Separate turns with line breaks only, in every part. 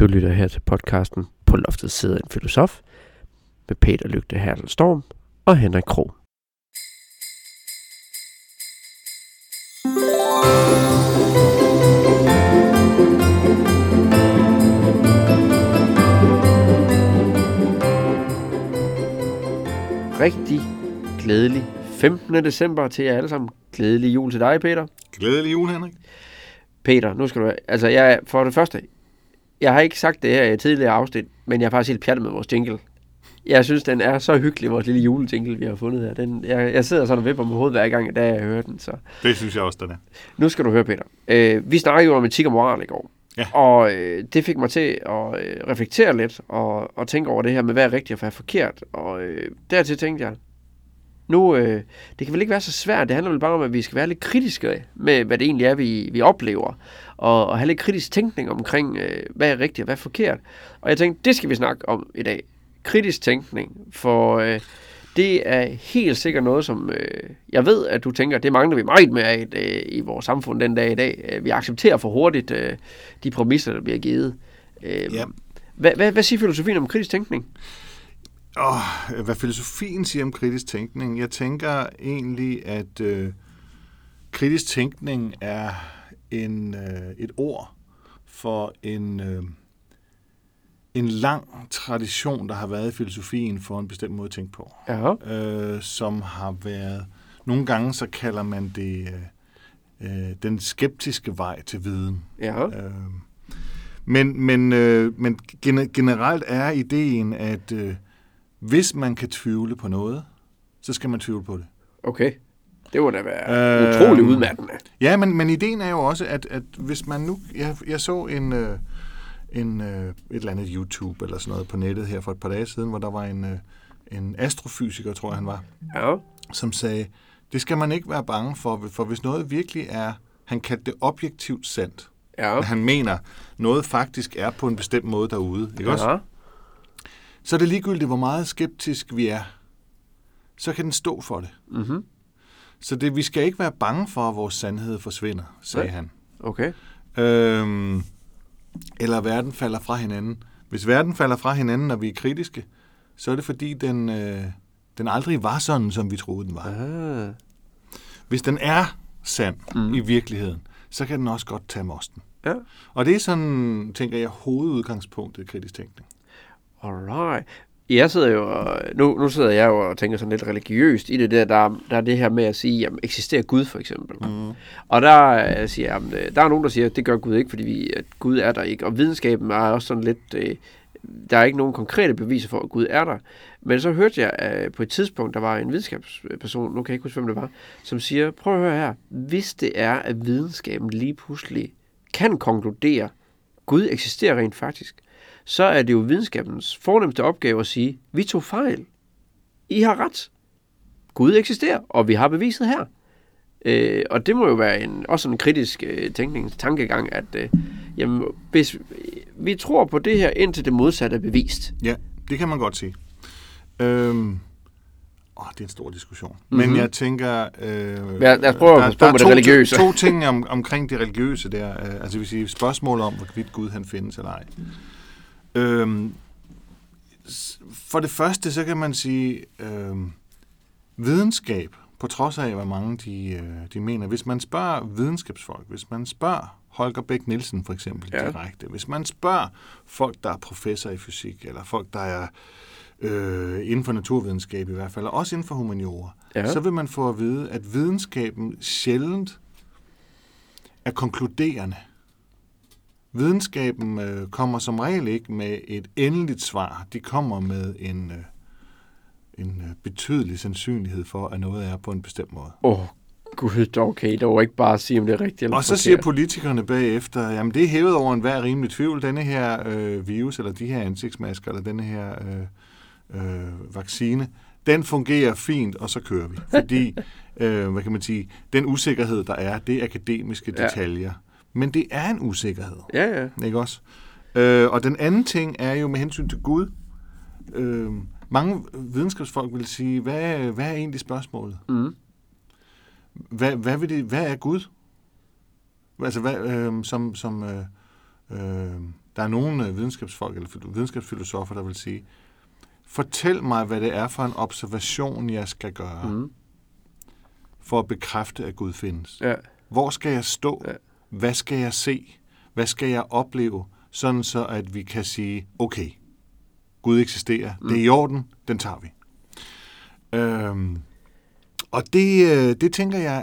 Du lytter her til podcasten På loftet sidder en filosof med Peter Lygte Hertel Storm og Henrik Krog. Rigtig glædelig 15. december til jer alle sammen. Glædelig jul til dig, Peter.
Glædelig jul, Henrik.
Peter, nu skal du... for det første, jeg har ikke sagt det her i tidligere afsnit, men jeg er faktisk helt pjattet med vores jingle. Jeg synes, den er så hyggelig, vores lille julejingle, vi har fundet her. Jeg sidder sådan og vipper med hovedet hver gang, da jeg hører den. Så.
Det synes jeg også, den er.
Nu skal du høre, Peter. Vi snakkede jo om etik og moral i går.
Ja.
Og det fik mig til at reflektere lidt og tænke over det her med, hvad er rigtigt og hvad er forkert. Og dertil tænkte jeg, nu, det kan vel ikke være så svært. Det handler vel bare om, at vi skal være lidt kritiske med, hvad det egentlig er, vi oplever. Og have lidt kritisk tænkning omkring, hvad er rigtigt og hvad er forkert. Og jeg tænkte, det skal vi snakke om i dag. Kritisk tænkning, for det er helt sikkert noget, som jeg ved, at du tænker, det mangler vi meget mere af i vores samfund den dag i dag. Vi accepterer for hurtigt de præmisser, der bliver givet.
Ja.
Hvad siger filosofien om kritisk tænkning?
Hvad filosofien siger om kritisk tænkning? Jeg tænker egentlig, at kritisk tænkning er et ord for en lang tradition, der har været i filosofien for en bestemt måde at tænke på. Som har været... Nogle gange så kalder man det den skeptiske vej til viden.
Ja.
Men generelt er ideen, at hvis man kan tvivle på noget, så skal man tvivle på det.
Okay. Det må da være utrolig udmattende.
Ja, men ideen er jo også, at hvis man nu... Jeg så et eller andet YouTube eller sådan noget på nettet her for et par dage siden, hvor der var en astrofysiker, tror jeg han var, som sagde, det skal man ikke være bange for hvis noget virkelig er, han kaldte det objektivt sandt. Ja. Han mener, noget faktisk er på en bestemt måde derude. Ikke også? Så er det ligegyldigt, hvor meget skeptisk vi er. Så kan den stå for det. Mm-hmm. Så vi skal ikke være bange for, at vores sandhed forsvinder, sagde han.
Okay.
Eller verden falder fra hinanden. Hvis verden falder fra hinanden, når vi er kritiske, så er det fordi, den aldrig var sådan, som vi troede, den var. Hvis den er sand i virkeligheden, så kan den også godt tage mosten. Ja. Og det er sådan, tænker jeg, hovedudgangspunktet i kritisk tænkning.
Alright. Jeg sidder jo, nu sidder jeg jo og tænker sådan lidt religiøst i det der er det her med at sige, jamen, eksisterer Gud for eksempel? Mm. Og der siger jeg, der er nogen, der siger, at det gør Gud ikke, fordi at Gud er der ikke. Og videnskaben er også sådan lidt, der er ikke nogen konkrete beviser for, at Gud er der. Men så hørte jeg på et tidspunkt, der var en videnskabsperson, nu kan jeg ikke huske, hvem det var, som siger, prøv at høre her, hvis det er, at videnskaben lige pludselig kan konkludere, Gud eksisterer rent faktisk, så er det jo videnskabens fornemmeste opgave at sige, vi tog fejl. I har ret. Gud eksisterer, og vi har beviset her. Og det må jo være også en kritisk tankegang, at jamen, hvis vi tror på det her, indtil det modsatte er bevist.
Ja, det kan man godt sige. Det er en stor diskussion. Mm-hmm. Men jeg tænker...
lad os prøve at forstå med det religiøse.
To ting omkring det religiøse der. Altså vil sige spørgsmål om, hvorvidt Gud han findes eller ej. For det første, så kan man sige, videnskab, på trods af, hvad mange de mener, hvis man spørger videnskabsfolk, hvis man spørger Holger Bech Nielsen for eksempel direkte, hvis man spørger folk, der er professor i fysik, eller folk, der er inden for naturvidenskab i hvert fald, og også inden for humaniora, så vil man få at vide, at videnskaben sjældent er konkluderende. Videnskaben kommer som regel ikke med et endeligt svar. De kommer med en betydelig sandsynlighed for, at noget er på en bestemt måde.
Gud, okay, det var ikke bare at sige, om det er rigtigt eller
og så siger politikerne bagefter, jamen det er hævet over enhver rimelig tvivl, denne her virus, eller de her ansigtsmasker, eller denne her vaccine, den fungerer fint, og så kører vi. Fordi, hvad kan man sige, den usikkerhed, der er, det er akademiske detaljer. Men det er en usikkerhed.
Ja.
Ikke også? Og den anden ting er jo med hensyn til Gud. Mange videnskabsfolk vil sige, hvad er egentlig spørgsmålet? Mm. Hvad er Gud? Altså, Der er nogle videnskabsfolk eller videnskabsfilosofer, der vil sige, fortæl mig, hvad det er for en observation, jeg skal gøre, for at bekræfte, at Gud findes.
Ja.
Hvor skal jeg stå?
Ja.
Hvad skal jeg se? Hvad skal jeg opleve? Sådan så, at vi kan sige, okay, Gud eksisterer. Det er i orden, den tager vi. Og det tænker jeg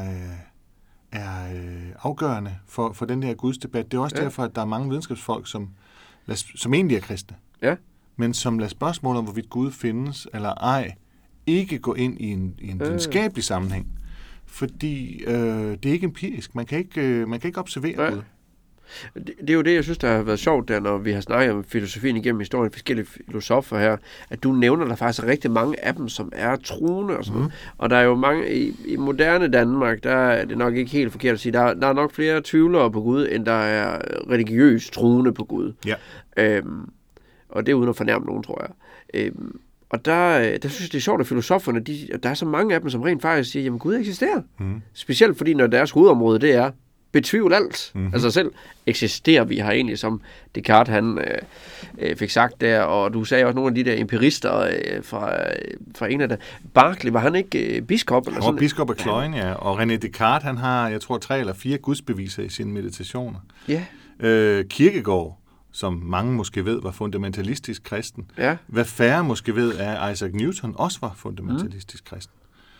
er afgørende for den her gudsdebat. Det er også derfor, at der er mange videnskabsfolk, som egentlig er kristne, men som lader spørgsmål om, hvorvidt Gud findes eller ej, ikke gå ind i en videnskabelig sammenhæng. Fordi det er ikke empirisk. Man kan ikke observere Gud.
Det er jo det, jeg synes, der har været sjovt der, når vi har snakket om filosofien igennem historien, forskellige filosofer her, at du nævner der faktisk rigtig mange af dem, som er troende og sådan noget. Og der er jo mange, i moderne Danmark, der er det nok ikke helt forkert at sige, der er nok flere tvivlere på Gud, end der er religiøst troende på Gud. Ja. Og det er uden at fornærme nogen, tror jeg. Og der synes jeg, det er sjovt, at filosoferne, der er så mange af dem, som rent faktisk siger, jamen Gud eksisterer. Specielt fordi, når deres hovedområde, det er betvivl alt. Altså selv eksisterer vi her egentlig, som Descartes han fik sagt der, og du sagde også nogle af de der empirister fra en af dem. Berkeley, var han ikke biskop? Eller
han var biskop af Cloyne, ja. Og René Descartes, han har, jeg tror, 3 eller 4 gudsbeviser i sine meditationer.
Ja.
Kierkegaard, som mange måske ved, var fundamentalistisk kristen. Ja. Hvad færre måske ved, er Isaac Newton også var fundamentalistisk kristen.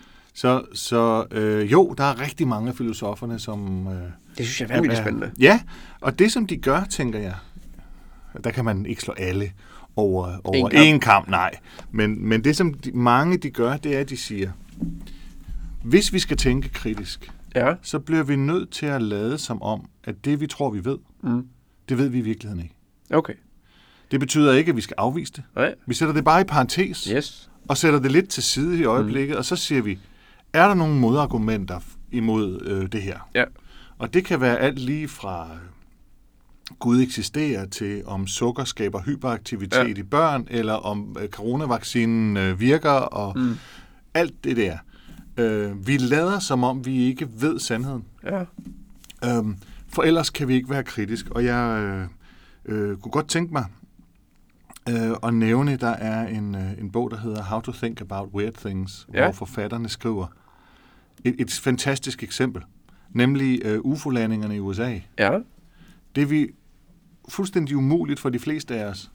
Så jo, der er rigtig mange af filosoferne, som...
det synes jeg er vanvittigt spændende.
Ja, og det som de gør, tænker jeg, der kan man ikke slå alle over en kamp, nej. Men det som mange de gør, det er, at de siger, hvis vi skal tænke kritisk, så bliver vi nødt til at lade som om, at det vi tror vi ved, det ved vi i virkeligheden ikke.
Okay.
Det betyder ikke, at vi skal afvise det.
Nej.
Vi sætter det bare i parentes, og sætter det lidt til side i øjeblikket, og så siger vi, er der nogle modargumenter imod det her? Ja. Og det kan være alt lige fra Gud eksisterer til, om sukker skaber hyperaktivitet i børn, eller om coronavaccinen virker, og alt det der. Vi lader som om, vi ikke ved sandheden. Ja. For ellers kan vi ikke være kritisk. Og jeg kunne godt tænke mig at nævne, der er en bog, der hedder How to Think About Weird Things, hvor forfatterne skriver et fantastisk eksempel, nemlig UFO-landingerne i USA. Ja. Det er vi fuldstændig umuligt for de fleste af os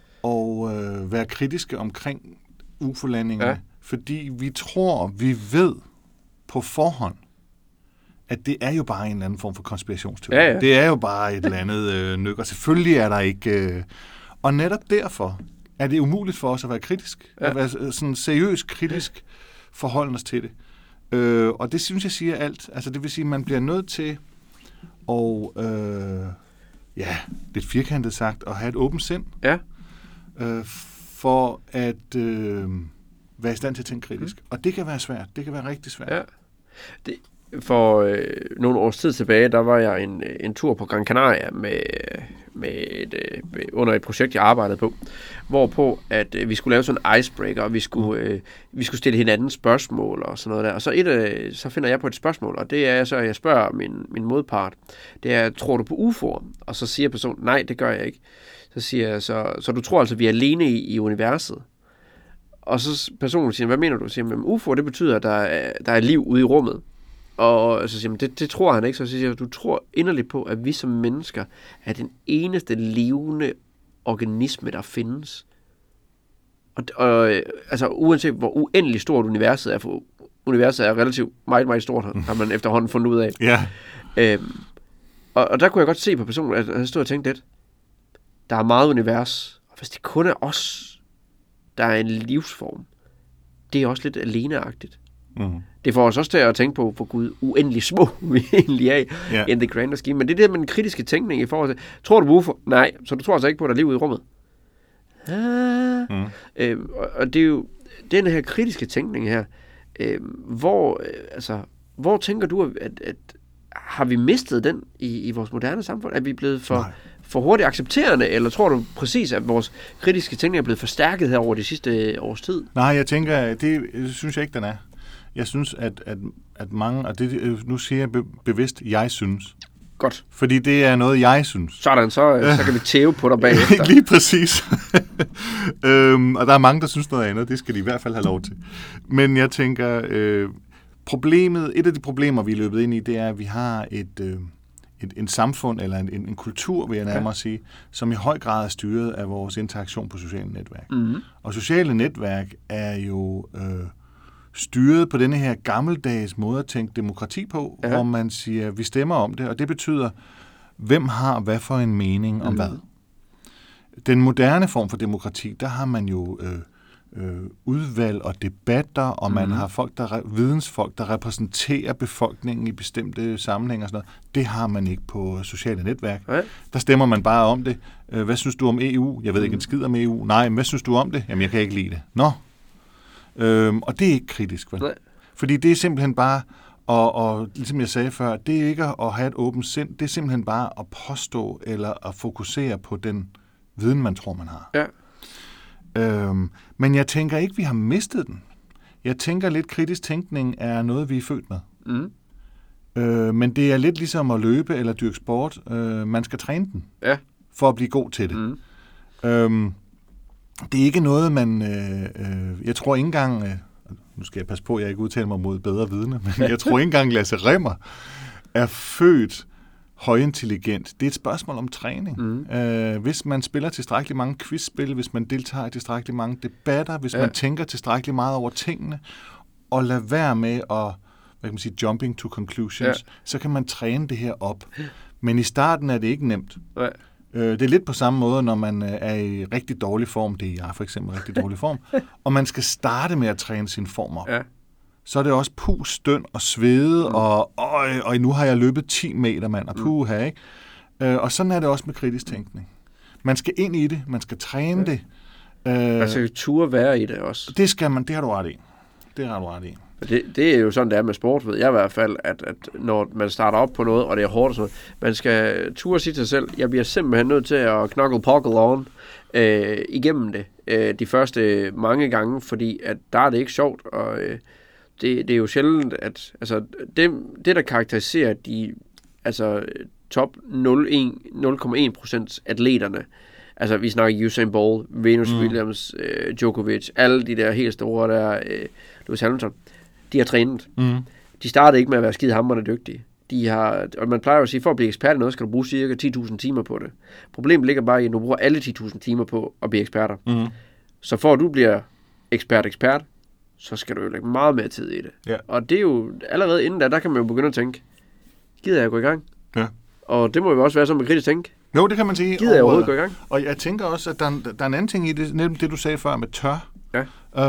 at være kritiske omkring UFO-landingerne, fordi vi tror, vi ved på forhånd, at det er jo bare en eller anden form for konspirationsteori. Ja. Det er jo bare et eller andet nyk, og selvfølgelig er der ikke... og netop derfor er det umuligt for os at være kritisk, at være sådan seriøst kritisk forholde os til det. Og det synes jeg siger alt. Altså det vil sige, at man bliver nødt til at, lidt firkantet sagt, at have et åbent sind, for at være i stand til at tænke kritisk. Og det kan være svært. Det kan være rigtig svært. Ja.
For nogle års tid tilbage, der var jeg en tur på Gran Canaria under et projekt, jeg arbejdede på, hvorpå at vi skulle lave sådan en icebreaker, og vi skulle stille hinanden spørgsmål og sådan noget der. Og så finder jeg på et spørgsmål, og det er så, jeg spørger min modpart, det er, tror du på UFO'er? Og så siger personen, nej, det gør jeg ikke. Så siger jeg, så du tror altså, vi er alene i universet? Og så personen siger, hvad mener du? Så siger jeg, UFO'er, det betyder, at der er liv ude i rummet. Og så siger man, det tror han ikke. Så siger jeg, du tror inderligt på, at vi som mennesker er den eneste levende organisme, der findes. Og altså uanset hvor uendelig stort universet er, for universet er relativt meget, meget stort, har man efterhånden fundet ud af. Ja. Og der kunne jeg godt se på personen, at han stod og tænkte lidt, der er meget univers, og hvis det kun er os, der er en livsform, det er også lidt aleneagtigt. Det får os også til at tænke på, hvor Gud uendelig små vi egentlig er in the grander scheme. Men det er det med den kritiske tænkning i forhold til, tror du på UFO? Nej, så du tror altså ikke på, at der er liv ude i rummet? Og det er jo den her kritiske tænkning her, hvor tænker du, at har vi mistet den i vores moderne samfund? Er vi blevet for hurtigt accepterende, eller tror du præcis, at vores kritiske tænkning er blevet forstærket her over de sidste års tid?
Nej, jeg tænker, det synes jeg ikke, den er. Jeg synes, at mange, og det, nu siger jeg bevidst, jeg synes,
Godt.
Fordi det er noget, jeg synes.
Sådan, så kan vi tæve på dig bagefter.
Lige præcis. Og der er mange, der synes noget andet. Det skal de i hvert fald have lov til. Men jeg tænker, et af de problemer, vi er løbet ind i, det er, at vi har en samfund, eller en kultur, vil jeg nærmere sige, som i høj grad er styret af vores interaktion på sociale netværk. Mm-hmm. Og sociale netværk er jo styret på denne her gammeldags måde at tænke demokrati på, hvor man siger, vi stemmer om det, og det betyder, hvem har hvad for en mening om hvad. Den moderne form for demokrati, der har man jo udvalg og debatter, og man har vidensfolk, der repræsenterer befolkningen i bestemte sammenhænge og sådan noget. Det har man ikke på sociale netværk. Der stemmer man bare om det. Hvad synes du om EU? Jeg ved ikke en skid om EU. Nej, men hvad synes du om det? Jamen, jeg kan ikke lide det. Nå. Og det er ikke kritisk, vel? Nej. Fordi det er simpelthen bare, og ligesom jeg sagde før, det er ikke at have et åbent sind, det er simpelthen bare at påstå eller at fokusere på den viden, man tror, man har. Ja. Men jeg tænker ikke, vi har mistet den. Jeg tænker lidt, kritisk tænkning er noget, vi er født med. Men det er lidt ligesom at løbe eller dyrke sport. Man skal træne den for at blive god til det. Det er ikke noget, man... jeg tror ikke engang... nu skal jeg passe på, at jeg ikke udtaler mig mod bedre vidne, men jeg tror ikke engang, Lasse Rimmer er født højintelligent. Det er et spørgsmål om træning. Hvis man spiller tilstrækkeligt mange quizspil, hvis man deltager i tilstrækkeligt mange debatter, hvis man tænker tilstrækkeligt meget over tingene, og lader være med at, hvad kan man sige, jumping to conclusions, så kan man træne det her op. Men i starten er det ikke nemt. Det er lidt på samme måde, når man er i rigtig dårlig form, det er jeg for eksempel rigtig dårlig form, og man skal starte med at træne sin form op. Så er det også pus, støn og svede, og nu har jeg løbet 10 meter, mand, og puha, ikke? Og sådan er det også med kritisk tænkning. Man skal ind i det, man skal træne det.
Man skal turde være i det også.
Det skal man, det har du ret i. Det har du ret i.
Det er jo sådan, det er med sport, ved jeg i hvert fald, at når man starter op på noget, og det er hårdt og sådan noget, man skal turde sige til sig selv, jeg bliver simpelthen nødt til at knuckle on igennem det de første mange gange, fordi at der er det ikke sjovt, og det er jo sjældent, at altså, det der karakteriserer de top 0,1% atleterne, altså vi snakker Usain Bolt, Venus Williams, Djokovic, alle de der helt store der, Lewis Hamilton, de har trænet. De startede ikke med at være skidehamrende dygtige. Og man plejer jo at sige, for at blive ekspert i noget, skal du bruge cirka 10.000 timer på det. Problemet ligger bare i, at du bruger alle 10.000 timer på at blive eksperter. Så for at du bliver ekspert, så skal du jo lægge meget mere tid i det. Ja. Og det er jo allerede inden der kan man jo begynde at tænke, gider jeg gå i gang? Ja. Og det må jo også være sådan med kritisk tænke.
Jo, det kan man sige.
Gider jeg overhovedet gå i gang?
Og jeg tænker også, at der er en anden ting i det, nemlig det, du sagde før med tør. Ja.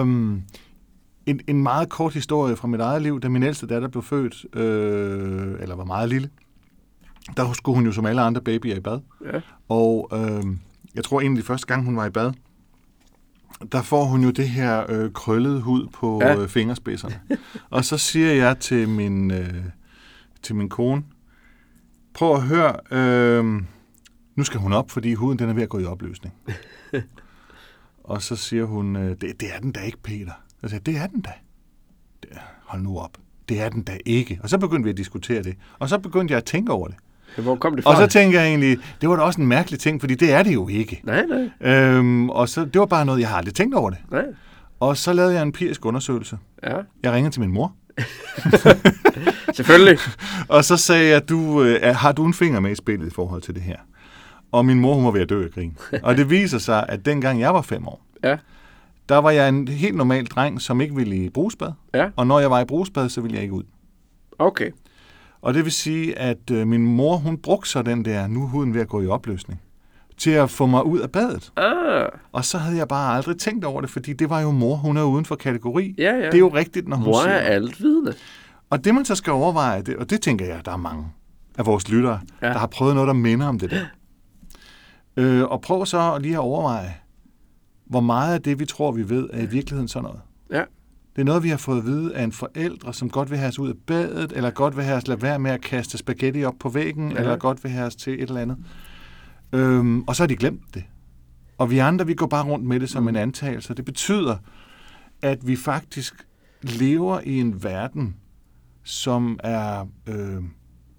En meget kort historie fra mit eget liv, da min ældste datter blev født, eller var meget lille, der skulle hun jo som alle andre babyer i bad. Ja. Og jeg tror egentlig første gang, hun var i bad, der får hun jo det her krøllede hud på fingerspidserne. Og så siger jeg til min kone, prøv at høre, nu skal hun op, fordi huden den er ved at gå i opløsning. Og så siger hun, det er den da ikke, Peter. Jeg siger, det er den da. Hold nu op. Det er den da ikke. Og så begyndte vi at diskutere det. Og så begyndte jeg at tænke over det.
Hvor kom det fra?
Og så tænkte jeg egentlig, det var da også en mærkelig ting, fordi det er det jo ikke.
Nej.
Og så, det var bare noget, jeg har aldrig tænkt over det. Nej. Og så lavede jeg en empirisk undersøgelse. Ja. Jeg ringede til min mor.
Selvfølgelig.
Og så sagde jeg, har du en finger med i spillet i forhold til det her? Og min mor, hun var ved at dø af grin. Og det viser sig, at dengang jeg var 5 år, der var jeg en helt normal dreng, som ikke ville i brugsbad. Ja. Og når jeg var i brugsbad, så ville jeg ikke ud.
Okay.
Og det vil sige, at min mor, hun brugte så den der, nu er huden ved at gå i opløsning, til at få mig ud af badet. Og så havde jeg bare aldrig tænkt over det, fordi det var jo mor, hun er uden for kategori. Ja. Det er jo rigtigt, når hun
mor siger. Mor er altvidende.
Og det man så skal overveje, og det tænker jeg, der er mange af vores lyttere, der har prøvet noget, der minder om det der. Og prøv så lige at overveje, hvor meget af det, vi tror, vi ved, er i virkeligheden sådan noget. Ja. Det er noget, vi har fået at vide af en forældre, som godt vil have os ud af badet, eller godt vil have os lade være med at kaste spaghetti op på væggen, eller godt vil have os til et eller andet. Og så har de glemt det. Og vi andre, vi går bare rundt med det som en antagelse. Det betyder, at vi faktisk lever i en verden, som er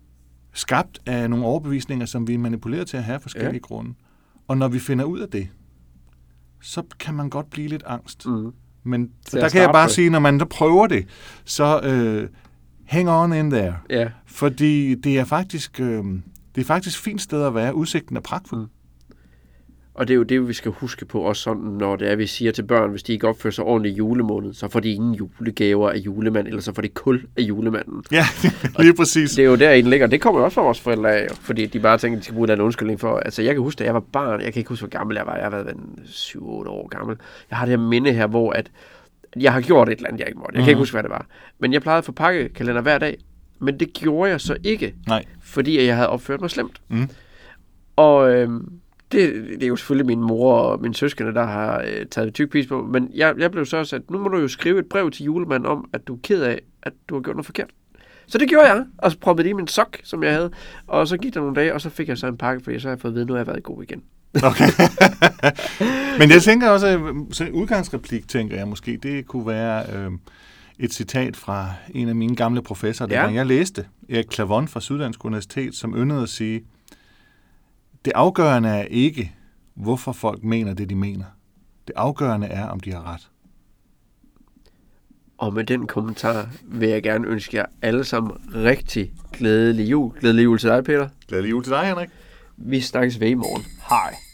skabt af nogle overbevisninger, som vi er manipuleret til at have forskellige grunde. Og når vi finder ud af det, så kan man godt blive lidt angst. Men der kan jeg bare sige, når man så prøver det, så hang on in there.
Ja.
Fordi det er faktisk et fint sted at være. Udsigten er pragtfuld.
Og det er jo det, vi skal huske på også sådan, når det er, vi siger til børn, hvis de ikke opfører sig ordentligt i julemåneden, så får de ingen julegaver af julemanden, eller så får de kul af julemanden.
Ja, lige præcis.
Det er jo der, den ligger. Det kommer jo også fra vores forældre af, fordi de bare tænker, at de skal bruge den undskyldning for. Altså, jeg kan huske, da jeg var barn, jeg kan ikke huske, hvor gammel jeg var. Jeg har været 7-8 år gammel. Jeg har det her minde her, hvor at jeg har gjort et eller andet, jeg ikke måtte. Jeg kan ikke huske, hvad det var. Men jeg plejede at få pakkekalender hver dag. Men det gjorde jeg så ikke, fordi jeg havde opført mig slemt. Og det er jo selvfølgelig min mor og min søskende, der har taget tyk pis på. Men jeg blev så sagt, nu må du jo skrive et brev til julemanden om, at du er ked af, at du har gjort noget forkert. Så det gjorde jeg, og så proppede det i min sok, som jeg havde. Og så gik der nogle dage, og så fik jeg så en pakke, fordi så har jeg fået at vide, nu har jeg været god igen.
Okay. Men jeg tænker også, så udgangsreplik, tænker jeg måske, det kunne være et citat fra en af mine gamle professorer, jeg læste, Erik Clavon fra Syddansk Universitet, som yndede at sige, det afgørende er ikke, hvorfor folk mener det, de mener. Det afgørende er, om de har ret. Og med den kommentar vil jeg gerne ønske jer alle sammen rigtig glædelig jul. Glædelig jul til dig, Peter. Glædelig jul til dig, Henrik. Vi snakkes ved i morgen. Hej.